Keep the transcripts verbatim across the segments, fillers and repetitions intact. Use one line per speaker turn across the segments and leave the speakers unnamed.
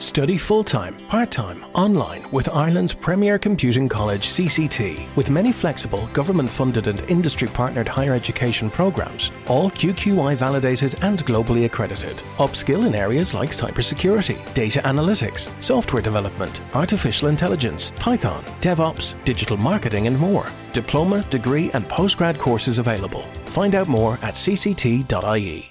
Study full-time, part-time, online with Ireland's premier computing college C C T, with many flexible, government-funded and industry-partnered higher education programmes, all Q Q I validated and globally accredited. Upskill in areas like cybersecurity, data analytics, software development, artificial intelligence, Python, DevOps, digital marketing and more. Diploma, degree and postgrad courses available. Find out more at c c t dot i e.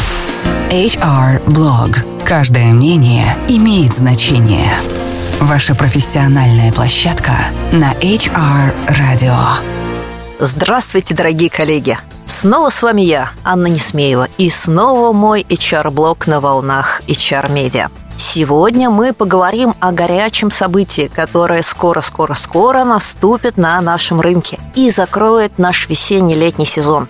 эйч ар-блог. Каждое мнение имеет значение. Ваша профессиональная площадка на эйч ар-радио.
Здравствуйте, дорогие коллеги! Снова с вами я, Анна Несмеева, и снова мой эйч ар-блог на волнах эйч ар-медиа. Сегодня мы поговорим о горячем событии, которое скоро-скоро-скоро наступит на нашем рынке и закроет наш весенне-летний сезон.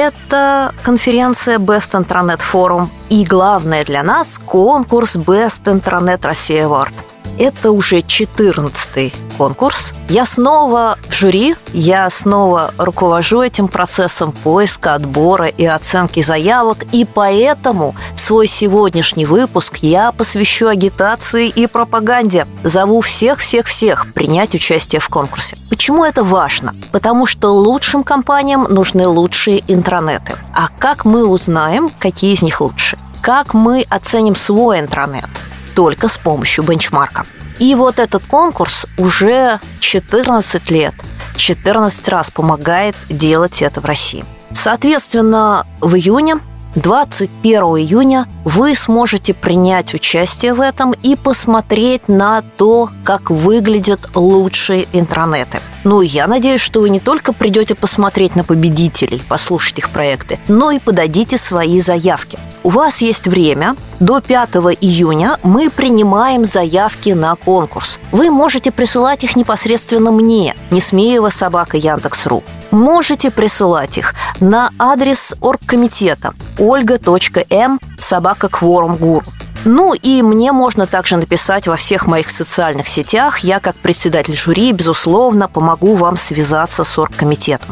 Это конференция Best Intranet Forum и, главное для нас, конкурс Best Intranet Russia Award. Это уже четырнадцатый конкурс. Я снова в жюри, я снова руковожу этим процессом поиска, отбора и оценки заявок, и поэтому свой сегодняшний выпуск я посвящу агитации и пропаганде. Зову всех-всех-всех принять участие в конкурсе. Почему это важно? Потому что лучшим компаниям нужны лучшие интранеты. А как мы узнаем, какие из них лучше? Как мы оценим свой интранет? Только с помощью бенчмарка. И вот этот конкурс уже четырнадцать лет, четырнадцать раз помогает делать это в России. Соответственно, в июне, двадцать первого июня, вы сможете принять участие в этом и посмотреть на то, как выглядят лучшие интранеты. Ну, я надеюсь, что вы не только придете посмотреть на победителей, послушать их проекты, но и подадите свои заявки. У вас есть время. До пятого июня мы принимаем заявки на конкурс. Вы можете присылать их непосредственно мне, Несмеева собака Яндекс.ру. Можете присылать их на адрес оргкомитета ольга точка эм собака кворум.гуру. Ну и мне можно также написать во всех моих социальных сетях. Я, как председатель жюри, безусловно, помогу вам связаться с оргкомитетом.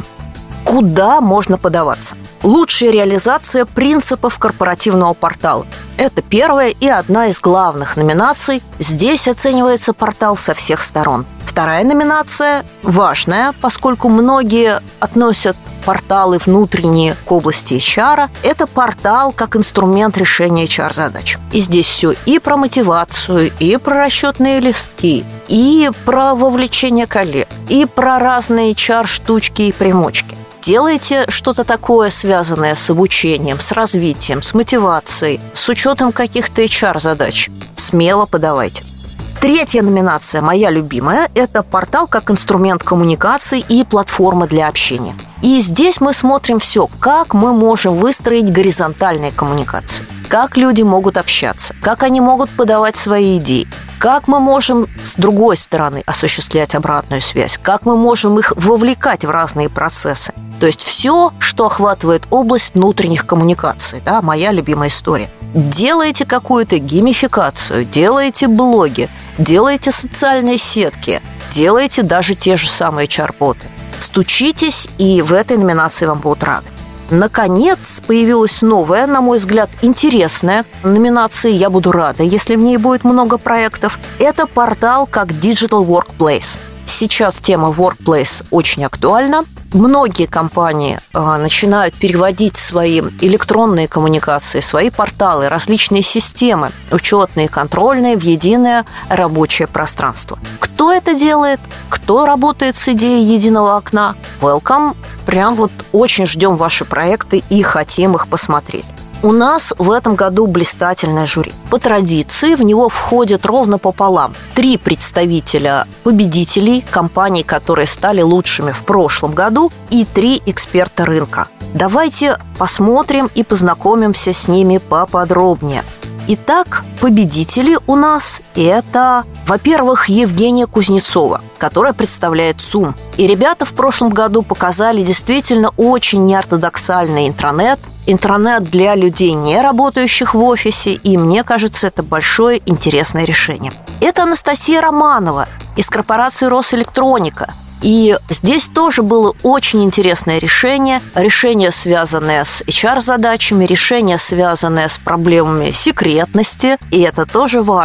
Куда можно подаваться? Лучшая реализация принципов корпоративного портала. Это первая и одна из главных номинаций. Здесь оценивается портал со всех сторон. Вторая номинация важная, поскольку многие относят порталы внутренние к области эйч ар. Это портал как инструмент решения эйч ар-задач. И здесь все и про мотивацию, и про расчетные листки, и про вовлечение коллег, и про разные эйч ар-штучки и примочки. Делаете что-то такое, связанное с обучением, с развитием, с мотивацией, с учетом каких-то эйч ар-задач, смело подавайте. Третья номинация, моя любимая, это портал как инструмент коммуникации и платформа для общения. И здесь мы смотрим все, как мы можем выстроить горизонтальные коммуникации, как люди могут общаться, как они могут подавать свои идеи, как мы можем с другой стороны осуществлять обратную связь, как мы можем их вовлекать в разные процессы. То есть все, что охватывает область внутренних коммуникаций, да, моя любимая история. Делаете какую-то геймификацию, делаете блоги, делаете социальные сетки, делаете даже те же самые эйч ар-боты. Стучитесь, и в этой номинации вам будут рады. Наконец, появилась новая, на мой взгляд, интересная номинация. Я буду рада, если в ней будет много проектов. Это портал как Digital Workplace. Сейчас тема Workplace очень актуальна. Многие компании э, начинают переводить свои электронные коммуникации, свои порталы, различные системы, учетные, контрольные, в единое рабочее пространство. Кто это делает? Кто работает с идеей единого окна? Welcome! Прям вот очень ждем ваши проекты и хотим их посмотреть. У нас в этом году блистательное жюри. По традиции в него входят ровно пополам три представителя победителей, компаний, которые стали лучшими в прошлом году, и три эксперта рынка. Давайте посмотрим и познакомимся с ними поподробнее. Итак, победители у нас это, во-первых, Евгения Кузнецова, которая представляет ЦУМ. И ребята в прошлом году показали действительно очень неортодоксальный интранет, интранет для людей, не работающих в офисе, и мне кажется, это большое интересное решение. Это Анастасия Романова из корпорации Росэлектроника. И здесь тоже было очень интересное решение. Решение, связанное с эйч ар-задачами, решение, связанное с проблемами секретности. И это тоже важно.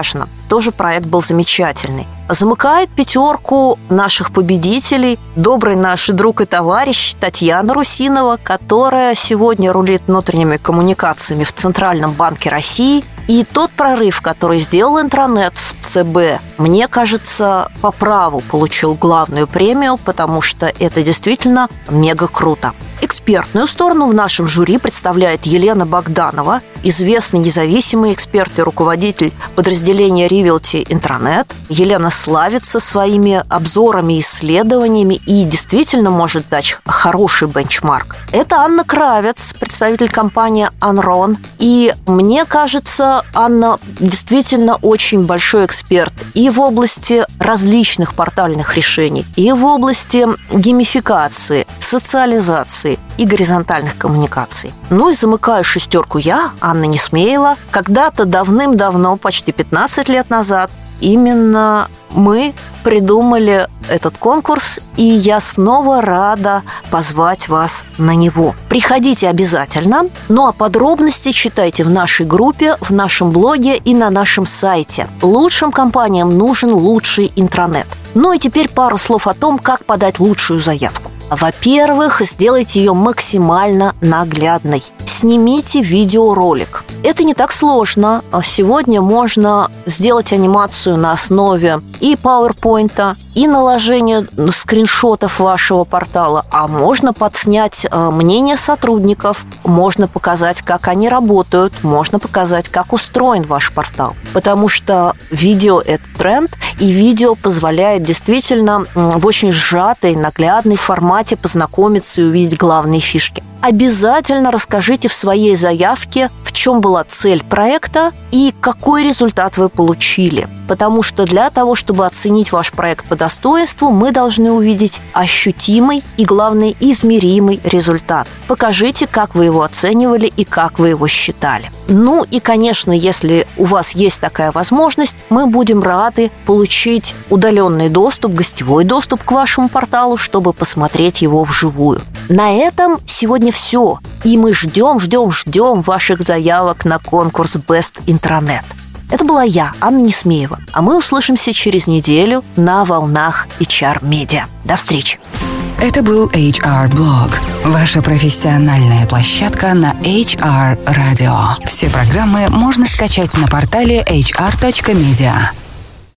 тоже проект был замечательный. Замыкает пятерку наших победителей добрый наш друг и товарищ Татьяна Русинова, которая сегодня рулит внутренними коммуникациями в Центральном банке России. И тот прорыв, который сделал интранет в ЦБ, мне кажется, по праву получил главную премию, потому что это действительно мега круто. Экспертную сторону в нашем жюри представляет Елена Богданова, известный независимый эксперт и руководитель подразделения Rivelty Интранет. Елена славится своими обзорами и исследованиями и действительно может дать хороший бенчмарк. Это Анна Кравец, представитель компании Анрон. И мне кажется, Анна действительно очень большой эксперт и в области различных портальных решений, и в области геймификации, социализации и горизонтальных коммуникаций. Ну и замыкаю шестерку я, Анна Несмеева. Когда-то давным-давно, почти пятнадцать лет назад, именно мы придумали этот конкурс, и я снова рада позвать вас на него. Приходите обязательно, ну а подробности читайте в нашей группе, в нашем блоге и на нашем сайте. Лучшим компаниям нужен лучший интранет. Ну и теперь пару слов о том, как подать лучшую заявку. Во-первых, сделайте ее максимально наглядной. Снимите видеоролик. Это не так сложно. Сегодня можно сделать анимацию на основе и PowerPoint, и наложения скриншотов вашего портала, а можно подснять мнение сотрудников, можно показать, как они работают, можно показать, как устроен ваш портал. Потому что видео – это тренд, и видео позволяет действительно в очень сжатой, наглядной формате познакомиться и увидеть главные фишки. Обязательно расскажите в своей заявке, в чем была цель проекта и какой результат вы получили. Потому что для того, чтобы оценить ваш проект по достоинству, мы должны увидеть ощутимый и, главное, измеримый результат. Покажите, как вы его оценивали и как вы его считали. Ну и, конечно, если у вас есть такая возможность, мы будем рады получить удаленный доступ, гостевой доступ к вашему порталу, чтобы посмотреть его вживую. На этом сегодня все. И мы ждем, ждем, ждем ваших заявок на конкурс Best Intranet. Это была я, Анна Несмеева. А мы услышимся через неделю на волнах эйч ар Media. До встречи.
Это был эйч ар-блог. Ваша профессиональная площадка на эйч ар Radio. Все программы можно скачать на портале эйч ар точка медиа.